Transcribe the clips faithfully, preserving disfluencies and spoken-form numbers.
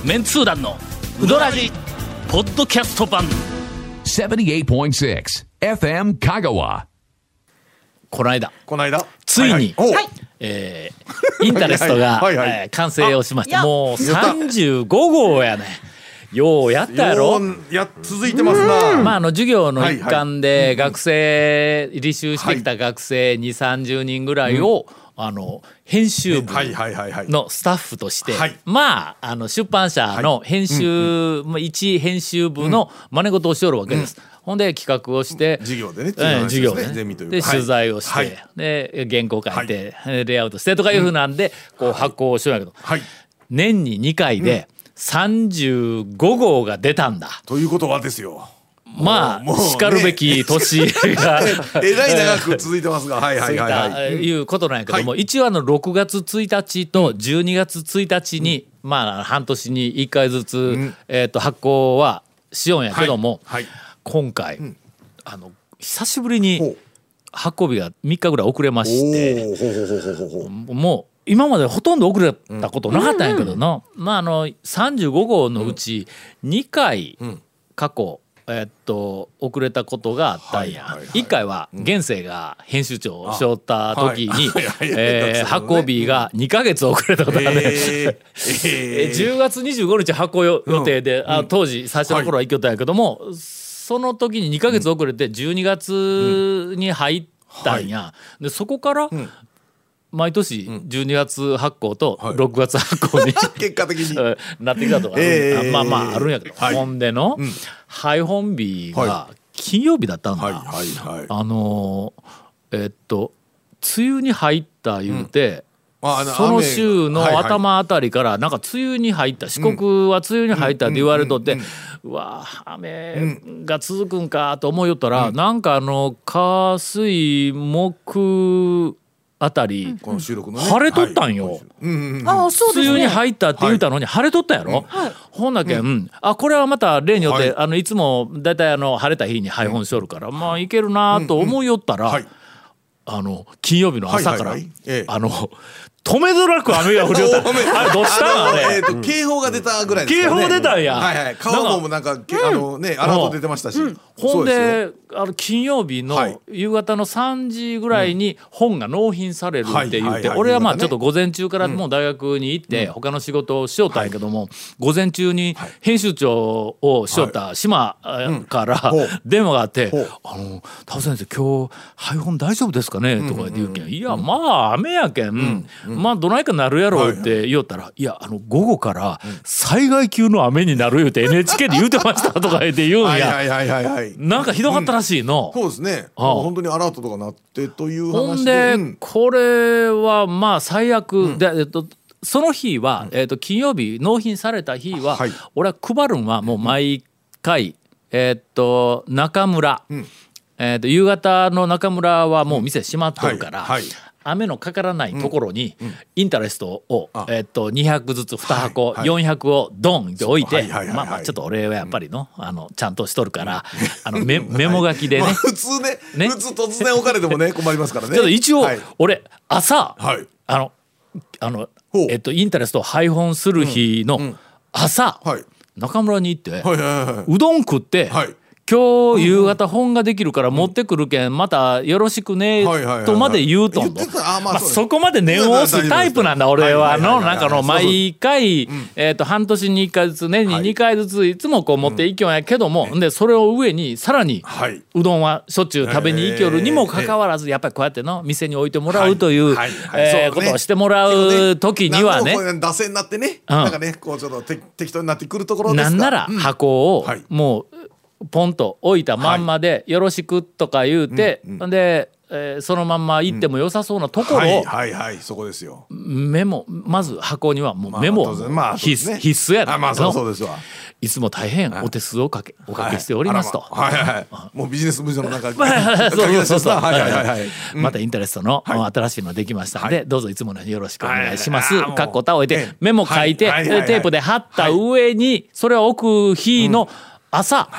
メンツー団のウドラジポッドキャスト版ななじゅうはちてんろく エフエム 香川。 この間この間ついに、 はいはい、 えー、インタレストがはいはいはい、 えー完成をしまして、もうさんじゅうごごうやね。ようやったやろ。 や続いてますな。 まあ、あの授業の一環で学生履修してきた学生にじゅうさんじゅうにんぐらいを、うん、あの編集部のスタッフとして、はい、まあ、あの出版社の編集、はいうんうん、一編集部の真似事をしておるわけです、うん、ほんで企画をして授業でね、 授業でね、で取材をして、はい、で原稿書いて、はい、レイアウトしてとかいうふうなんで、うん、こう発行をしてるんやけど、はい、年ににかいでさんじゅうごごうが出たんだ。 ということはですよ、 まあしかるべき年がえらい長く続いてますが、はいはいはいはい、 いうことなんやけども、はい、一応あのろくがつついたちとじゅうにがつついたちに、うん、まあ半年にいっかいずつ、うん、えー、と発行はしようんやけども、はいはい、今回、うん、あの久しぶりに発行日がみっかぐらい遅れまして、もう今までほとんど遅れたことなかったんやけどな、うん、まああのさんじゅうごごうのうちにかい過去、えー、っと遅れたことがあったんや、はいはいはい、いっかいは源生が編集長をしょった時に発行日がにかげつ遅れたことがある、えー、じゅうがつにじゅうごにち発行予定で、うん、あ当時最初の頃は行きよったんやけども、はい、その時ににかげつ遅れてじゅうにがつに入ったんや、うんはい、でそこから、うん毎年じゅうにがつ発行とろくがつ発行に、はい、 結果的になってきたとか、えー、まあまああるんやけど、はい、ほんでの、うん、配本日が金曜日だったんだ、はいはいはい、あのー、えっと梅雨に入った言うて、うん、その週の頭あたりからなんか梅雨に入った四国は梅雨に入ったって言われとって、うわ雨が続くんかと思いよったら、うん、なんかあの火水木あたり、この収録のね、晴れとったんよ、はいうんうん、あそうですね、梅雨に入ったって言うたのに晴れとったやろ、はい、ほんだけ、うんうん、あこれはまた例によって、はい、あのいつもだいたいあの晴れた日に配本しとるから、うん、まあいけるなと思いよったら、うんうんはい、あの金曜日の朝から、はいはいはいええ、あの止めどなく雨が降りよったあれどうしたんあれ、 えー、と警報が出たぐらいですかね。 警報出たんや、 はいはい、川もなんか、うん、あのねアラート出てましたし、うん、 ほんであの金曜日の夕方のさんじぐらいに本が納品されるって言って、俺はまあちょっと午前中からもう大学に行って他の仕事をしよったんやけども、うん、午前中に編集長をしよった島から電話があって「あの田尾先生今日配本大丈夫ですかね?」とか言うけん「いやまあ雨やけんまあどないかなるやろ」って言おったら「いやあの午後から災害級の雨になる」言うて エヌエイチケー で言うてましたとか言って言うんや。なんかひどかったらしいの、 うん、そうですね、ああ本当にアラートとかなってという話で、 ほんで、うん、これはまあ最悪、うん、で、えっと、その日は、うんえっと、金曜日納品された日は、はい、俺は配るんはもう毎回、えっと、中村、うんえっと、夕方の中村はもう店閉まっとるから、うんはいはい雨のかからないところにインタレストを、うんえっと、にひゃくずつにはこ、はいはい、よんひゃくをドンって置いて、まあまあちょっと俺はやっぱりの、あのちゃんとしとるからあの メ, メモ書きでね、まあ、 普通ね, ね普通突然置かれてもね困りますからね。 ちょっと一応、はい、俺朝、はい、あのあのえっとインタレストを配本する日の朝、うんうんはい、中村に行って、はいはいはい、うどん食って、はい今日夕方本ができるから持ってくるけんまたよろしくねとまで言うとんと、そこまで念を押すタイプなんだ俺はのなんかの毎回えと半年にいっかいずつ年ににかいずついつもこう持っていきょんやけどもでそれを上にさらにうどんはしょっちゅう食べに行きょるにもかかわらずやっぱりこうやっての店に置いてもらうということをしてもらう時にはね打線になってねなんかねこうちょっと適当になってくるところですがなんなら箱をもうポンと置いたまんまでよろしくとか言うて、はいうんうん、で、えー、そのまんま行っても良さそうなところを、うん、はいはいはいそこですよ。 メモまず箱にはもうメモ必須、まあね、必須やな。まあそうそうですわ。 いつも大変お手数をかけおかけしておりますと。 はいはいはい。もうビジネス部署の中そうそうそう。はいはいはい。またインタレストの新しいのできましたので、どうぞいつものようによろしくお願いします。カッコ倒れてメモ書いてテープで貼った上にそれを置く日の朝。はい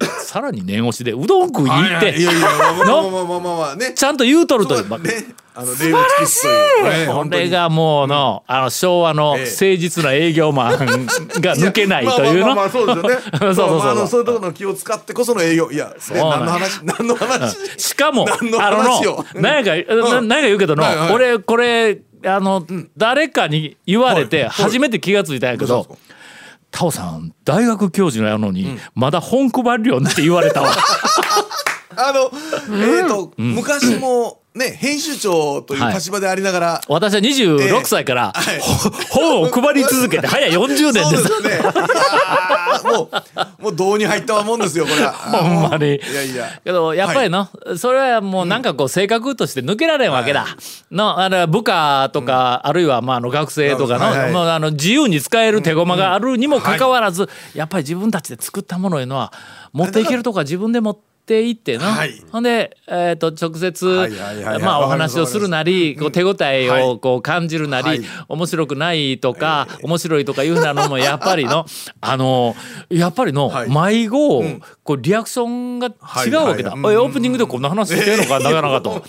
さらに念押しでうどん食いに行って、 いやいやまあまあまあまあまあまあね、 ちゃんと言うとるという、 ね、あの礼を尽くすという、 これがもうの、あの昭和の誠実な営業マンが抜けないというの。 まあまあそうですよね。 そうそうそうあのそういうところの気を使ってこその営業。いや、何の話何の話。 しかも何の話をあの何やか何やか言うけどの、俺これあの誰かに言われて初めて気がついたんやけど。タオさん大学教授やのに、うん、まだ本配りよって言われたわあのえっ、ー、と、うん、昔もね編集長という立場でありながら、はい、 私はにじゅうろくさいから、えーはい、本を配り続けて早よんじゅうねんですそうですよね。もうもう胴に入ったもんですよこれは。 ほんまに。 いやいやけどやっぱりの、はい、それはもうなんかこう性格として抜けられんわけだ、はい、のあの部下とか、うん、あるいはまああの学生とかの、はいはい、もうあの自由に使える手駒があるにもかかわらず、うんうんはい、やっぱり自分たちで作ったものいうのは持っていけるとか自分で持ってっていっての、はい、ほんで、えー、と直接、まあ、お話をするなり、こう手応えをこう感じるなり、はい、面白くないとか、はい、面白いとかいうふうなのもやっぱりのあのやっぱりの、はい、迷子、うん、こうリアクションが違うわけだ、はいはい、オープニングでこんな話してるのか、なかなかと。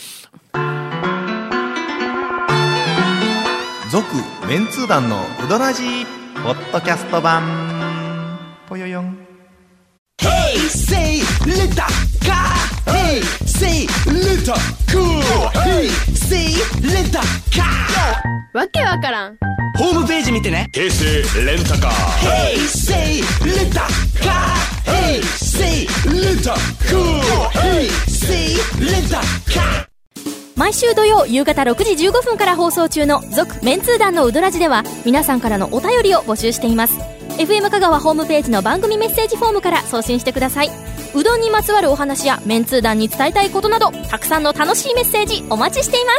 続メンツー団のウドラジポッドキャスト版ぽよよん。 Hey, say, let that car. Hey, say, let that cool. Hey, say, let that car. わけわからん。 ホームページ見てね。 平成レンタカー。 Hey, say, let that car. Hey, say, let that cool. Hey, say, let that car. 毎週土曜夕方ろくじじゅうごふんから放送中の続メンツー団のウドラジでは皆さんからのお便りを募集しています。エフエム 香川ホームページの番組メッセージフォームから送信してください。うどんにまつわるお話やメンツー団に伝えたいことなどたくさんの楽しいメッセージお待ちしています。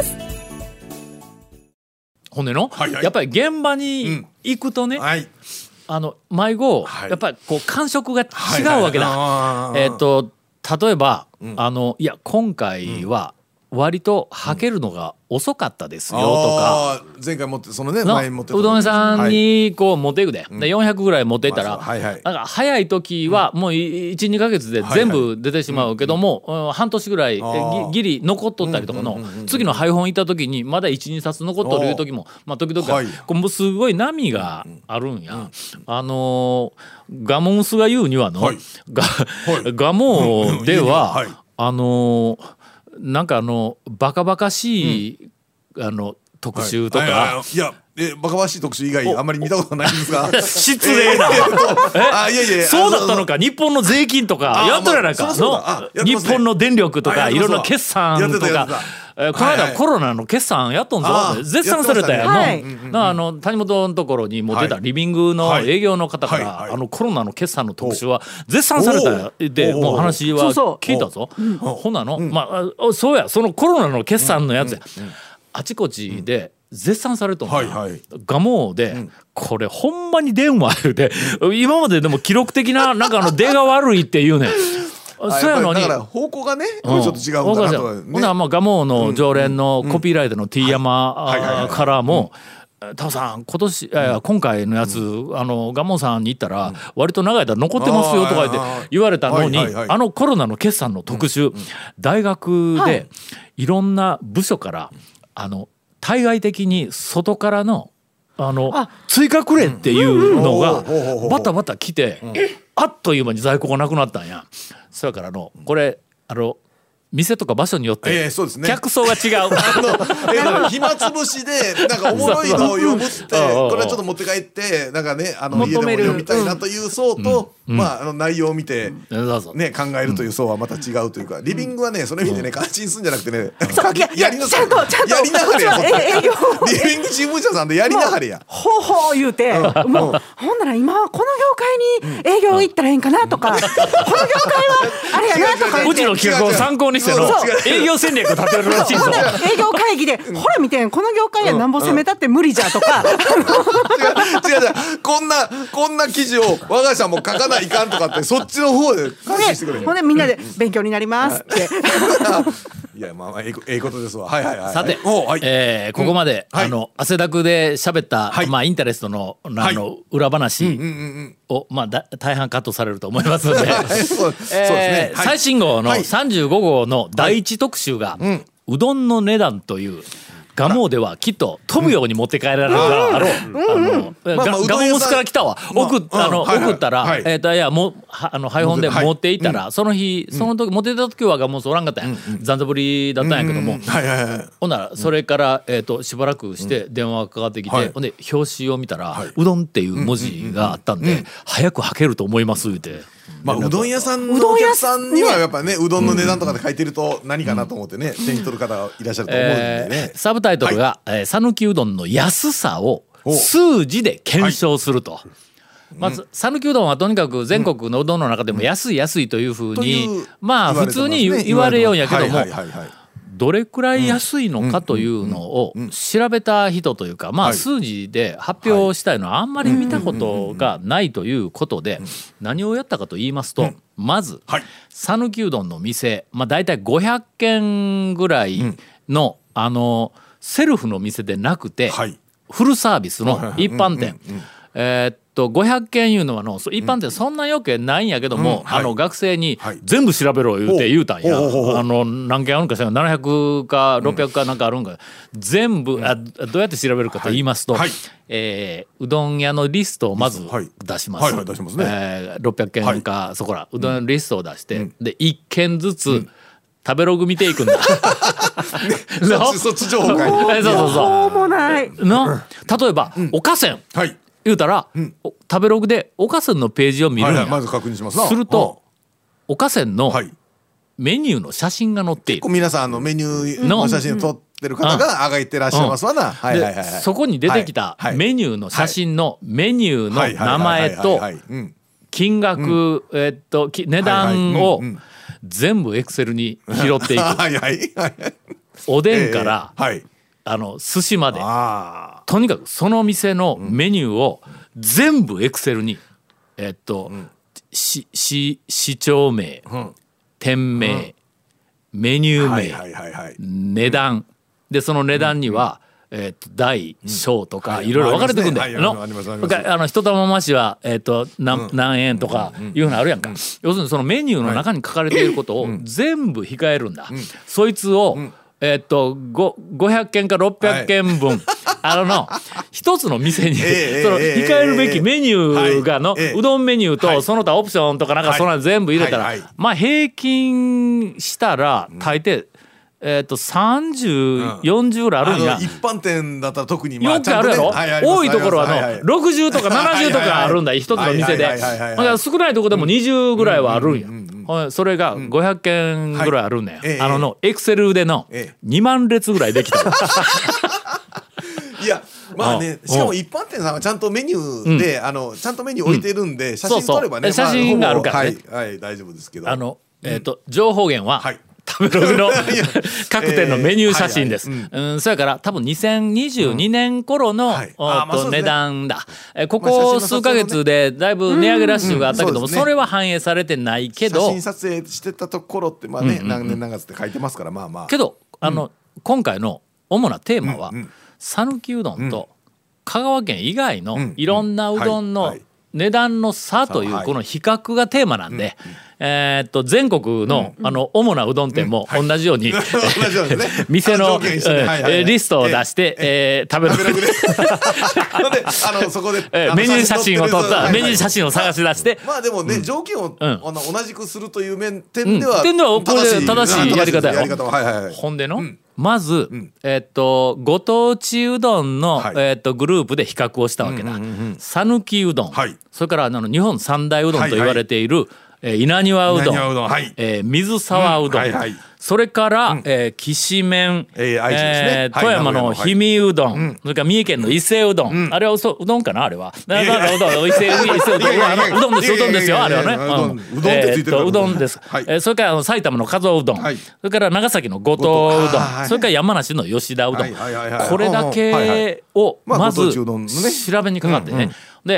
ほんでの、はいはい、やっぱり現場に行くとね、うんはい、あの迷子、はい、やっぱりこう感触が違うわけだ、はいはい、えー、と例えば、うん、あのいや今回は、うん割とはけるのが遅かったですよとか、 うん、前回持ってそのね前持ってたうどん屋さんにこう持っていくで、はい、でよんひゃくぐらい持っていったら、はいはい、なんか早い時はもう いち,に ヶ月で全部出てしまうけども、はいはい、半年ぐらいギリ残っとったりとかの次の配本行った時にまだ いち,に 冊残っとるいう時もまあ時々、はい、こうすごい波があるんや、うん、あのー、ガモンスが言うにはの、はい、ガ, ガモでは、はい、あのーなんかあのバカバカしい、うん、あの特集とか、はいはいはい、 いやえバカバカしい特集以外あんまり見たことないんですが失礼な、えー、あいやいやそうだったのか。日本の税金とかやっとるやないか、まあの日本の電力とかいろんな決算とかえー、この間コロナの決算やっとんぞ、はいはい、絶賛されたやんの、はい、なあの谷本のところにも出たリビングの営業の方から、はいはいはい、あのコロナの決算の特集は絶賛されたやでもう話は聞いたぞ。ほなの、うん、まあそうやそのコロナの決算のやつや、うんうん、あちこちで絶賛されとんだ、はいはい、ガモで、うん、これほんまに電話言うて、うん、今まででも記録的ななんかあの出が悪いっていうねそうやのにだから方向がね、うん、ちょっと違うんだなとは、ね、 ほなまあガモの常連のコピーライターの T 山からもタオさん今年、うん、今回のやつ、うん、あのガモさんに行ったら、うん、割と長い間残ってますよとか言って言われたのに、はいはいはい、あのコロナの決算の特集、うんうん、大学でいろんな部署から、はい、あの対外的に外からのあのあ追加くれっていうのがバタバタ来て、うん、あっという間に在庫がなくなったんや。それからのこれあの店とか場所によって客層が違う、えーね、あの暇つぶしでなんかおもろいのを読むってこれはちょっと持って帰ってなんかねあの家でも読みたいなという層と、うん、まああの内容を見て、うんね、考えるという層はまた違うというか、リビングはねその意味でね感心するんじゃなくてね、 うん、やりなさいやりなはれやリビング新聞社さんでやりなはれやほうほう言うて、うん、もう、うん、ほんなら今この業界に営業行ったらいいんかなとか、うん、この業界はあれやなとか言ってうちの企画を参考にしての営業戦略立てるらしいぞ。 営業会議で、うん、ほら見てこの業界やなんぼ攻めたって無理じゃとか、うんうん、違う違う違うこんなこんな記事を我が社も書かないかんとかってそっちの方で感心してくれ。 ほんでみんなで勉強になりますっていやまあええええことですわ。はいはいはい。 さて、 はいえーここまで、 うんはいあの汗だくで喋った、 はいまあインタレストのあの、 はい裏話を、まあだ大半カットされると思いますので、 そうそうですね。 えー最新号のはいさんじゅうご号の第一特集が、うどんの値段という。ガモではきっと飛ぶように持って帰られるだろう。あのまあまあガガモムスから来たわ。送っあのはいはい送ったらはいえっといやもうはあの配本ではい持っていったらその日その時持っていった時はガモムスおらんかったんや。残ざぶりだったんやけども。 はいはいはい。 ほんならそれからえっとしばらくして電話がかかってきはいてほんで表紙を見たらうどんっていう文字があったんで早く履けると思います言うて。 まあうどん屋さんのお客さんにはやっぱねうどんの値段とかで書いてると何かなと思ってね手に取る方がいらっしゃると思うんでえね。 ーサブタイトルがえー讃岐うどんの安さを数字で検証すると。まず讃岐うどんはとにかく全国のうどんの中でも安い安いというふうとにいうまあ言われてますね普通に言言われようんやけどもはいはいはいはいどれくらい安いのかというのを調べた人というかまあはい数字で発表したいのはあんまり見たことがないということで何をやったかと言いますとまずはい讃岐うどんの店まあ大体ごひゃっけんぐらいのあのセルフの店でなくてはいフルサービスの一般店えーっとごひゃっけんいうのはのそう一般店そんなよけないんやけども、 うんはいあの学生にはい全部調べろ言うて言うたんや、 ほうほうほうほうあの何件あるんかしらななひゃくかろっぴゃくかなんかあるんか、全部あどうやって調べるかと言いますと、 はいはいえーうどん屋のリストをまずはい出します、 はいはい出しますねえーろっぴゃっけんか、そこらうどんのリストを出して、でいっけんずつ、食べログ見ていくんだ。 そっちそっち情報会えそうそうそうそうもない。 の例えば、おかせんはい言うたら、お食べログでおかせんのページを見るんや、 はいはいまず確認しますな。 するとおかせんのうんはいメニューの写真が載っている結構皆さんあのメニューの写真を撮ってる方が上がってらっしゃいますわな。はいはいはいはい。 でそこに出てきたはいはいメニューの写真のメニューの名前とはいはいはいはいうん金額えっとき値段を全部エクセルに拾っていくはいはいはい。 おでんからえーはい。 あの寿司まであとにかくその店のメニューを全部エクセルにえっとしし市長名店名メニュあ。 ー名はいはいはいはい。 値段でその値段には、えー、と大小とかはいいろいろ分かれてくんだよ、 はいありますねはいありますありますあの一玉増しは、えー、と何,、何円とかいうのあるやんか、要するにそのメニューの中に書かれていることを全部控えるんだ、そいつを、えー、とごごひゃっけんかろっぴゃっけんぶん、あのの一つの店に、 ええそのええ控えるべきメニューがの、 はいええうどんメニューと、 はいその他オプションとかなんかそんなの全部入れたら、 はいはいまあ平均したら大抵、えっとさんじゅう、よんじゅうぐらいあるんやあの。一般店だったら特にまあよくあるやろ、 ちゃんとねはいあります多いところはの、 ありますはいはいろくじゅうとかななじゅうとかあるんだ、 はいはいはい一つの店で。 はいはいはいはいはいだから少ないとこでもにじゅうぐらいはあるんや。ほいそれがごひゃっけんぐらいあるんだよ。 はいええあののエクセルでのええにまんれつぐらいできた。 いやまあねうんしかも一般店さんはちゃんとメニューであのちゃんとメニュー置いてるんで写真撮ればねそうそう写真があるからねはいはい大丈夫ですけどあの、えっ、と情報源は、 はい食べログのいや各店のメニュー写真です。 えーはいうん、そやから多分にせんにじゅうにねん頃の、 はいおっと値あーまあそうですね段だ。えこまあ写こ真の撮影もね数ヶ月でだいぶ値上げラッシュがあったけども、 うんうんそうですねそれは反映されてないけど写真撮影してたところってまあね何年何月って書いてますからまあまあけどあの、今回の主なテーマはうんうん讃岐、うどんと香川県以外のんいろんなうどんのはいはい値段の差というはいこの比較がテーマなんで、えーっと全国のあの主なうどん店も同じように同じようにね店の条件一緒にはいはいはいえーリストを出してえー食べログでのであのそこでえーあのメニュー写真を撮ったはいはいメニュー写真を探し出してまあでもね条件をあんの同じくするという面点ではうん点ではこれ正しいやり方やろやり方ははいはいはいほんでの、まず、えっとご当地うどんの、 はいえっとグループで比較をしたわけだ讃岐、うどん、 はいそれからあの日本三大うどんと言われている、えー稲庭うどん、 稲庭うどんはいえー水沢うどん、 うんはいはいそれから、えーきしめん、 えー愛知ですねはいえー富山の氷見うどん、それから三重県の伊勢うどん、あれはうそうどんかなあれは。だからうどん伊勢伊勢うどんあのうどんですうどんですよあれはね。 いやいやいやうどんうんうどんってついてるからえーっとうどんです。 はいえーそれからあの埼玉の加須うどん、 はいそれから長崎の五島うどん、 五島あーはいそれから山梨の吉田うどん、 はいはいはいはいこれだけをまあまずご当地うどんのね調べにかかってね。で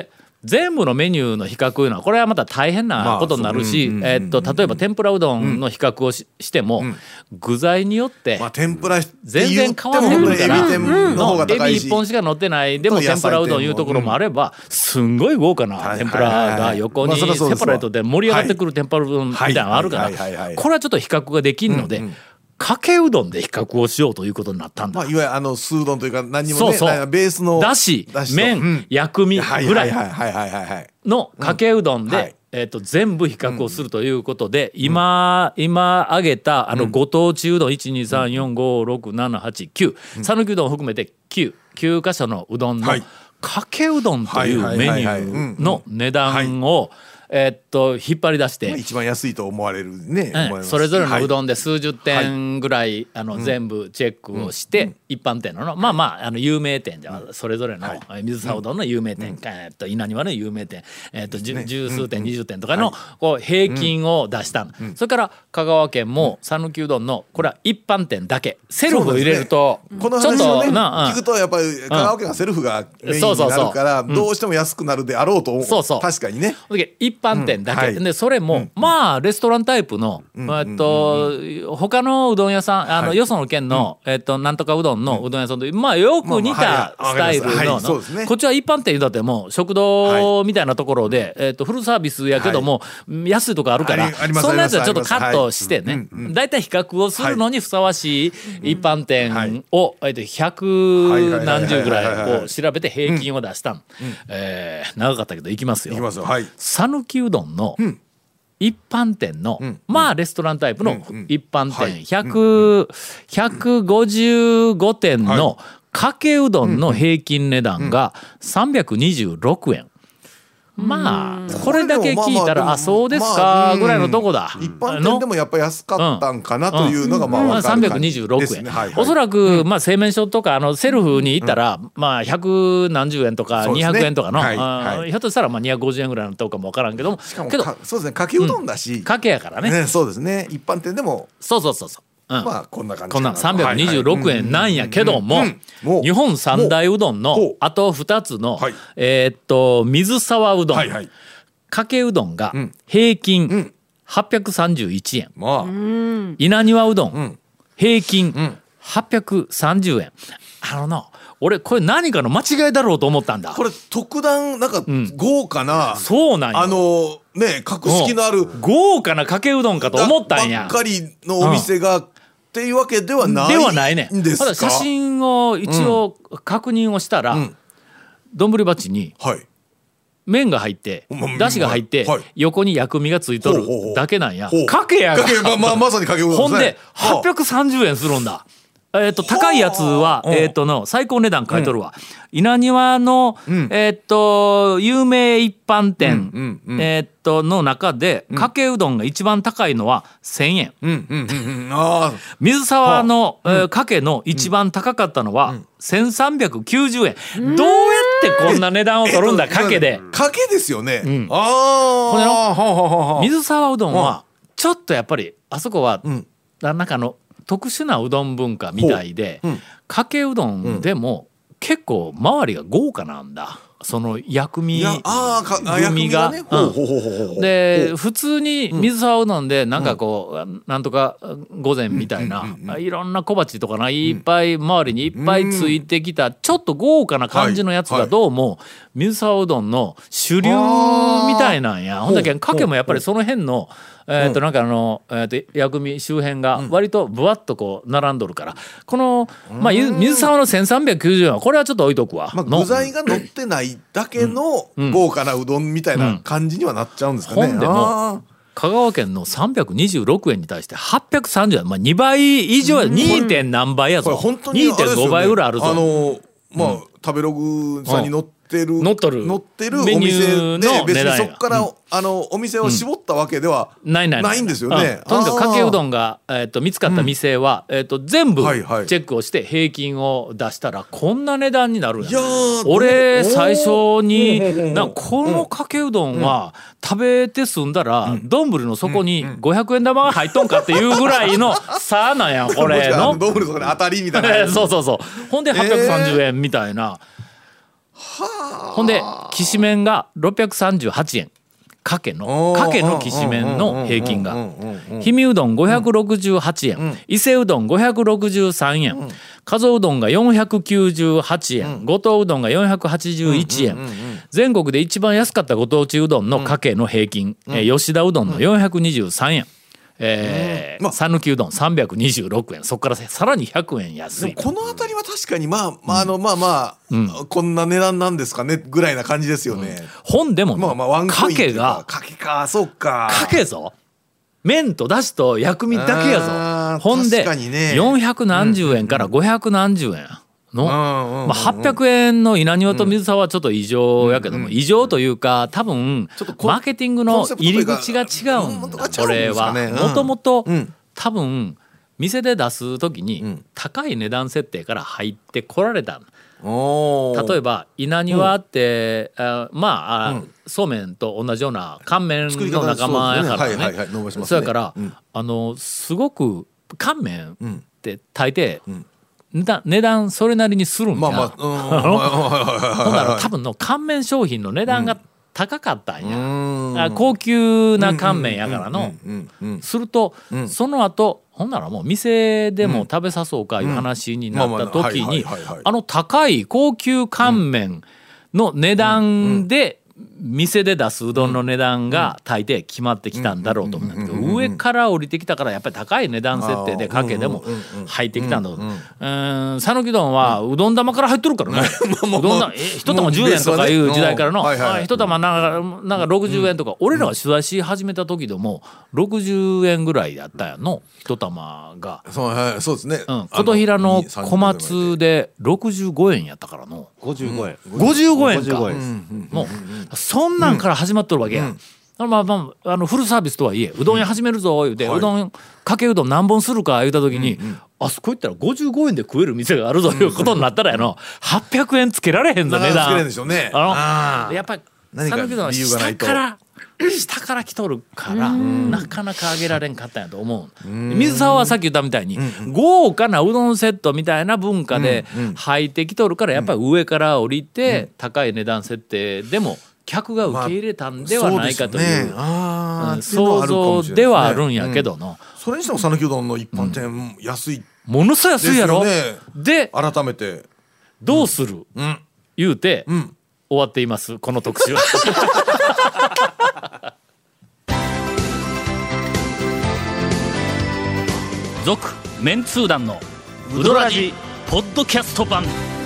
全部のメニューの比較いうのはこれはまた大変なことになるし、まあえー、っと例えば天ぷらうどんの比較を し,、うん、しても、うん、具材によって、まあ、 天ぷら全然変わってくるから、 エビ天の方が高いし、 エビ一本しか乗ってないでも天ぷらうどんいうところもあれば、すんごい豪華な天ぷらが横にセパレートで盛り上がってくる天ぷらうどんみたいなのがあるから、これはちょっと比較ができんので、うんうん、かけうどんで比較をしようということになったんだ、 まあ、いわゆるあの酢うどんというか何にもね、 そうそうベースのだし麺、うん、薬味ぐらいのかけうどんで、うんはいえー、と全部比較をするということで、うん、今今挙げたあのご当地うどん いちにさんよんごろくななはちきゅう 讃岐うどんを含めてきゅうきゅう箇所のうどんのかけうどんというメニューの値段をえー、っと引っ張り出して、 一番安いと思われるね、 うん、それぞれのうどんで数十点ぐらい、はい、あの全部チェックをして、うん、一般店のまあまああの有名店じゃそれぞれの、はい、水沢うどんの有名店、うんえー、っと稲庭の有名店、えー、っと十、ね、十数店、うん、にじゅう店とかの、はい、こう平均を出した、うん、それから香川県も讃岐うどんのこれは一般店だけセルフを入れると、 ね、この話をね聞くとやっぱり香川県はセルフがメインになるからどうしても安くなるであろうと思う、そうそう確かにね一般店だけ、うんはい、でそれも、うん、まあレストランタイプの、うんえっとうん、他のうどん屋さんあの、はい、よその県の、うんえっと、なんとかうどんのうどん屋さんと、まあよく似たスタイルの、まあまあはいはいね、こっちは一般店だってもう食堂みたいなところで、はいえっと、フルサービスやけども、はい、安いとこあるから、そんなやつはちょっとカットしてね、はい、だいたい比較をするのにふさわしい一般店を、はいえっと、百何十ぐらいを調べて平均を出したん、うんえー、長かったけどいきますよ。 いきますよ、はい、 讃岐うどんの、うん一般店の、うん、まあレストランタイプの一般店ひゃく、ひゃくごじゅうごてんのかけうどんの平均値段がさんびゃくにじゅうろくえん。まあこれだけ聞いたらあそうですかぐらいのとこだ。 一般店でもやっぱり安かったんかなというのがまあ分かる感じですね。 さんびゃくにじゅうろくえん、はいはい、おそらくまあ製麺所とかあのセルフに行ったらまあ百何十円とかにひゃくえんとかの、はいはい、ひょっとしたらまあにひゃくごじゅうえんぐらいのとこかも分からんけども、 しかもけどそうですねかけうどんだし、 うん、かけやからね、 ねそうですね一般店でもそうそうそうそううん、 まあこんな感じこんなさんびゃくにじゅうろくえんなんやけども日本三大うどんのあとふたつの、はい、えー、っと水沢うどん、はいはい、かけうどんが平均はっぴゃくさんじゅういちえん、うん、稲庭うどん、うん、平均はっぴゃくさんじゅうえん、あのな俺これ何かの間違いだろうと思ったんだ。 これ特段なんか豪華な、 うん、そうなんやあのね格式のある豪華なかけうどんかと思ったんやばっかりのお店が、うん、っていうわけではないではないね。 ですか。 ただ写真を一応確認をしたら、うん、丼鉢に麺が入ってだしが入って、はい、横に薬味がついとるだけなんや。かけやがま、まあ、まさにかけうどんですね。 ほんではっぴゃくさんじゅうえんするんだ。えー、と高いやつは、えー、との最高値段書いとるわ、うん、稲庭の、うん、えー、と有名一般店、うんうんうん、えー、との中で、うん、かけうどんが一番高いのはせんえん、うんうんうんうん、あ水沢の、えー、かけの一番高かったのは、うん、せんさんびゃくきゅうじゅうえん、うん、どうやってこんな値段を取るんだかけでかけですよね、うん、あほんでの水沢うどんはちょっとやっぱりあそこは、うん、なんかの特殊なうどん文化みたいで、うん、かけうどんでも結構周りが豪華なんだ。その薬味組がで普通に水沢うどんでなんかこう、うん、なんとか御膳みたいな、うんうんうん、いろんな小鉢とかないっぱい周りにいっぱいついてきたちょっと豪華な感じのやつがどうも水沢うどんの主流みたいなんや。ほんだけかけもやっぱりその辺のえー、となんかあの、えー、と薬味周辺が割とブワッとこう並んどるからこの、まあ、水沢のせんさんびゃくきゅうじゅうえんはこれはちょっと置いとくわ、 まあ、具材が乗ってないだけの豪華なうどんみたいな感じにはなっちゃうんですかね、うんうん、ほんでも香川県のさんびゃくにじゅうろくえんに対してはっぴゃくさんじゅうえん、まあ、にばい以上や に. 点何倍やぞ、にてんごばいぐらいあるぞ。 あのまあ、うん、食べログさんに載って乗ってる乗っとる乗ってるお店で別にそこから、うん、あのお店を絞ったわけではないんですよね。 とにかくかけうどんが、えー、と見つかった店は、うんえー、と全部チェックをして平均を出したらこんな値段になるんや。いや俺最初になんかこのかけうどんは食べて済んだら丼、うん、の底にごひゃくえん玉が入っとんかっていうぐらいの差なんやこれの丼の底に当たりみたいなそうそうそうほんではっぴゃくさんじゅうえんみたいな、 ほんできしめんがろっぴゃくさんじゅうはちえん、かけのかけのきしめんの平均が、氷見うどんごひゃくろくじゅうはちえん、伊勢うどんごひゃくろくじゅうさんえん、加須うどんがよんひゃくきゅうじゅうはちえん、五島うどんがよんひゃくはちじゅういちえん、全国で一番安かったご当地うどんのかけの平均、えー、吉田うどんのよんひゃくにじゅうさんえん、えー、讃岐うどんさんびゃくにじゅうろくえん、そこからさらにひゃくえん安い。 この辺りは確かにまあまああのまあまあ、うん、こんな値段なんですかねぐらいな感じですよね、うん、 本でも、 まあまあワンコインかけがかけかそうかかけぞ麺とだしと薬味だけやぞ。ほんで、ね、よんひゃくなんじゅうえんからごひゃくなんじゅうえんの、まあ、はっぴゃくえんの稲庭と水沢はちょっと異常やけども、異常というか多分マーケティングの入り口が違うんだ。これはもともと多分店で出す時に高い値段設定から入ってこられた。例えば稲庭って、うん、あまあ、うん、そうめんと同じような乾麺の仲間やからね。そうやから、うん、あのすごく乾麺って大抵、うん値段、値段それなりにするんや。まあまあ、ほんなら多分の乾麺商品の値段が高かったんや、うん、高級な乾麺やからの。すると、うん、その後ほんならもう店でも食べさそうかいう話になった時にあの高い高級乾麺の値段で店で出すうどんの値段が大抵決まってきたんだろうと思うんだけど、上から降りてきたからやっぱり高い値段設定でかけでも入ってきたんだと。讃岐うどんはうどん玉から入っとるからね。うどん玉一玉じゅうえんとかいう時代からの一玉なんかなんかろくじゅうえんとか、俺らが取材し始めた時でもろくじゅうえんぐらいやったやの一玉が。 そうですね。 琴平の小松でろくじゅうごえんやったからの。 ごじゅうごえん。 ごじゅうごえんか。もうそんなんから始まっとるわけや、うんうん、まあまあ、あのフルサービスとはいえうどん屋始めるぞ言うて、うん、うどんかけうどん何本するか言うた時に、うんうん、あそこ行ったらごじゅうごえんで食える店があるぞいうことになったらやのはっぴゃくえんつけられへんぞ値段。 つけれんでしょうね。 あのやっぱり讃岐うどんは下から下から来とるからなかなか上げられんかったんやと思う。水沢はさっき言ったみたいに豪華なうどんセットみたいな文化で入ってきとるから、やっぱり上から降りて高い値段設定でも客が受け入れたんではないかという想像ではあるんやけどの。 それにしても讃岐うどんの一般店安い、 ものすごい安いやろ。で改めてどうする言うて終わっていますこの特集。続メンツー団のウドラジポッドキャスト版。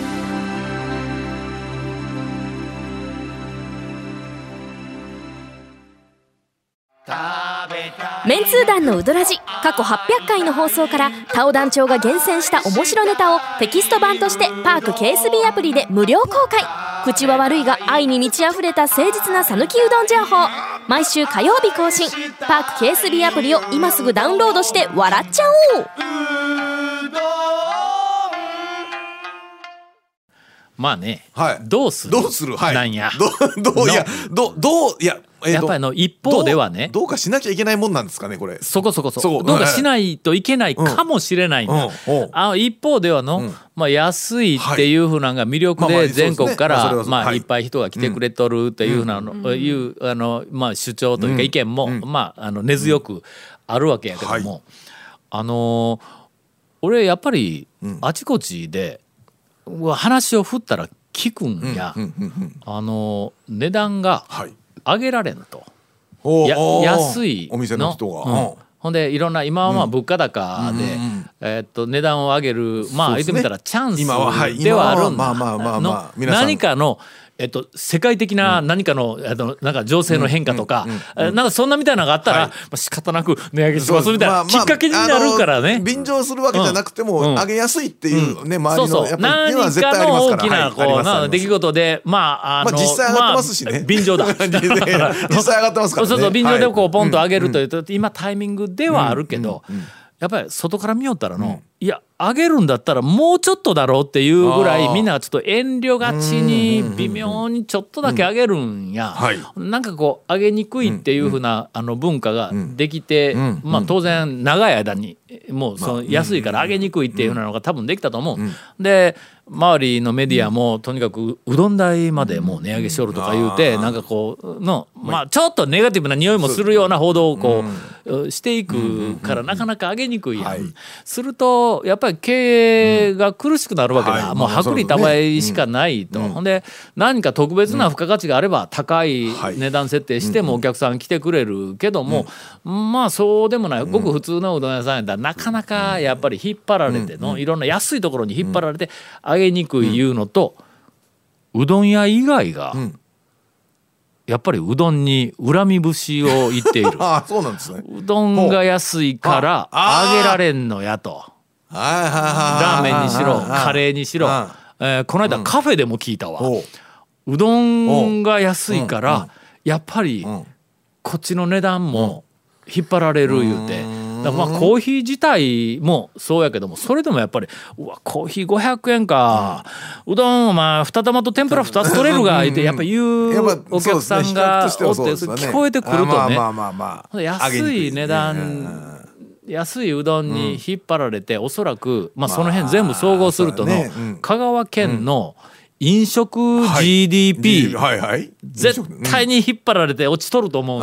メンツー団のウドラジ過去はっぴゃっかいの放送からタオ団長が厳選した面白ネタをテキスト版としてパーク ケーエスビー アプリで無料公開。口は悪いが愛に満ち溢れた誠実な讃岐うどん情報、毎週火曜日更新。パーク ケーエスビー アプリを今すぐダウンロードして笑っちゃおう。 まあね、 はい、 どうするどうする、はい、 なんやどどういやどどういややっぱりの一方ではね、 どうかしなきゃいけないもんなんですかねこれ。 そこそこそこどうかしないといけないかもしれないんだ、うんうん、あ一方ではの、うんまあ、安いっていうふうなのが魅力で全国からまあいっぱい人が来てくれとるっていうふうなの、うん、いうあの、まあ、主張というか意見も、うんまあ、あの根強くあるわけやけども、はい、あの俺やっぱりあちこちで話を振ったら聞くんや、うんうんうんうん、あの値段が、はい上げられんとや安いのお店の人が、 うん、ほんでいろんな今はまあ物価高で、うんえー、っと値段を上げるまあ言ってみたらチャンスではあるんだの何かのえっと、世界的な何かの、うん、あのなんか情勢の変化とか、うんうんうん、なんかそんなみたいなのがあったら、はいまあ、仕方なく値上げしますみたいな、まあまあ、きっかけになるからね。 便乗するわけじゃなくても、うん、上げやすいっていうね、うん、周りのやっぱり何かの大きなこう、はい、出来事でまああの、 まあ、実際上がってますしね、まあ、 便乗だ実際上がってますからね。 そうそう便乗でこうポンと上げるというと、うん、今タイミングではあるけど、うんうんうん、やっぱり外から見よったらの、 いやあげるんだったらもうちょっとだろうっていうぐらいみんながちょっと遠慮がちに微妙にちょっとだけあげるんや、うん、なんかこうあげにくいっていうふうなあの文化ができて、まあ当然長い間にもうその安いからあげにくいっていうふうなのが多分できたと思う。で周りのメディアもとにかくうどん代までもう値上げしよるとか言うてなんかこうのまあちょっとネガティブな匂いもするような報道をこうしていくからなかなか上げにくいやん。するとやっぱり経営が苦しくなるわけだ。もう薄利多売しかないと。ほんで何か特別な付加価値があれば高い値段設定してもお客さん来てくれるけどもまあそうでもないごく普通のうどん屋さんやったらなかなかやっぱり引っ張られてのいろんな安いところに引っ張られて上げにくいいうのと、うどん屋以外がやっぱりうどんに恨み節を言っている。 ああそうなんですね。 うどんが安いから上げられんのやと。ラーメンにしろカレーにしろ、えー、この間カフェでも聞いたわ。うどんが安いからやっぱりこっちの値段も引っ張られる言うて。だからまあコーヒー自体もそうやけどもそれでもやっぱりうわコーヒーごひゃくえんか、うどんまあに玉と天ぷらふたつ取れるが言ってやっぱ言うお客さんがおって聞こえてくるとね安い値段安いうどんに引っ張られておそらくまあその辺全部総合するとの香川県の飲食 ジーディーピー、はいはいはい、絶対に引っ張られて落ちとると思う、うん、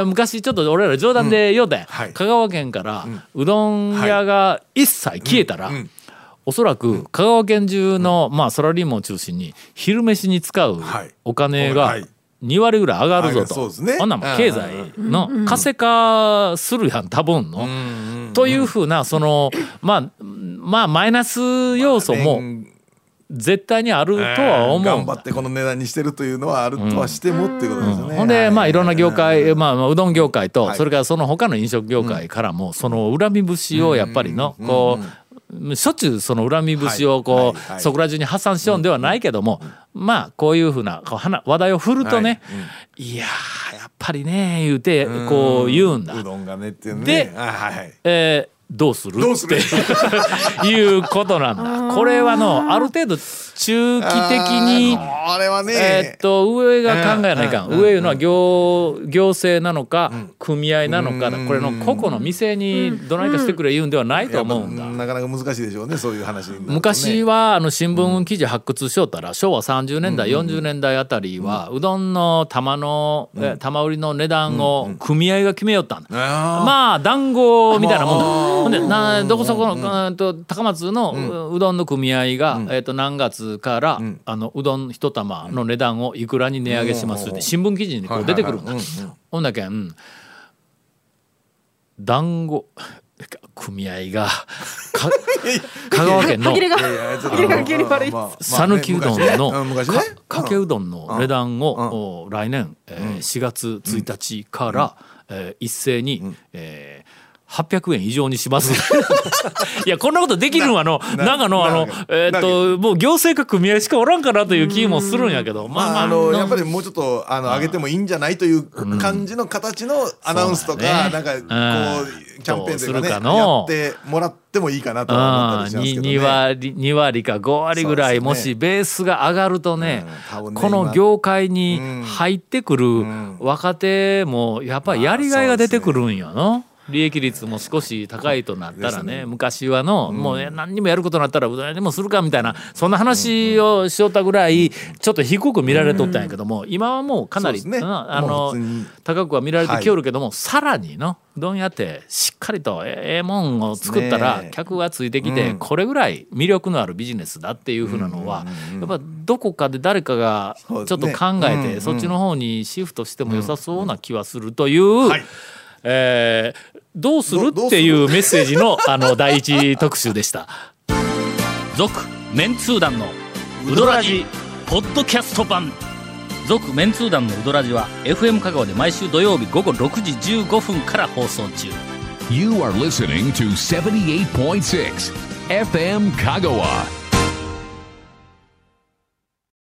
昔ちょっと俺ら冗談で言うて、うんはい、香川県からうどん屋が一切消えたら、はいうん、おそらく香川県中の、まあ、サラリーマンを中心に昼飯に使うお金がにわりぐらい上がるぞと、はいね、あんなもん経済の活性化するやん多分の、うん、というふうなその、まあ、まあマイナス要素も絶対にあるとは思う、えー、 頑張ってこの値段にしてるというのはあるとはしても、うん、っていうことですよね、 うん、ほんでまあいろんな業界、まあ、うどん業界と、はい、それからその他の飲食業界からも、うん、その恨み節をやっぱりの、うん、こう、うん、しょっちゅうその恨み節をこう、はいはいはい、そこら中に発散しようんではないけども、うん、まあこういうふうなこう話題を振るとね、はいうん、いややっぱりね言うてこう言うんだ、 うどんがねっていうねで、はいはい、えーどうするっていうことなんだ。これはのある程度中期的にあれはねえっと上が考えないかん。上いうのは行行政なのか組合なのかだ。これの個々の店にどないかしてくれ言うんではないと思うんだ。 なかなか難しいでしょうねそういう話になるとね。 昔はあの新聞記事発掘しよったら昭和さんじゅうねんだいよんじゅうねんだいあたりはうどんの玉の玉売りの値段を組合が決めよったんだ。まあ団子みたいなもんだ。ほんでなどこそこの、うん、と高松のうどんの組合が、うんえー、と何月から、うん、あのうどん一玉の値段をいくらに値上げしますって新聞記事にこう出てくるんだ。ほんだけん団子組合が香川県の讃岐うどんのかけうどんの値段を来年、えー、しがつついたちから、えー、一斉に、えーはっぴゃくえん以上にしますいやこんなことできるのはのなんかのあのえっともう行政か組合しかおらんかなという気もするんやけどまああのやっぱりもうちょっとあの上げてもいいんじゃないという感じの形のアナウンスとかなんかこうキャンペーンというかねやってもらってもいいかなとは思ったりしますけどね。 に割に割かご割ぐらいもしベースが上がるとねこの業界に入ってくる若手もやっぱりやりがいが出てくるんやの。利益率も少し高いとなったらね昔はの、うん、もう何にもやることになったらうどん屋でもするかみたいなそんな話をしよったぐらいちょっと低く見られとったんやけども、うん、今はもうかなり、ね、あの高くは見られてきおるけども、はい、さらにのうどん屋ってしっかりとええもんを作ったら客がついてきてこれぐらい魅力のあるビジネスだっていうふうなのはやっぱどこかで誰かがちょっと考えてそっちの方にシフトしても良さそうな気はするという、はいえー、どうするっていうメッセージのあの第一特集でした。続メンツー団のウドラジポッドキャスト版続メンツー団のウドラジは エフエム 香川で毎週土曜日午後ろくじじゅうごふんから放送中。 You are listening to セブンティーエイトポイントシックス エフエム 香川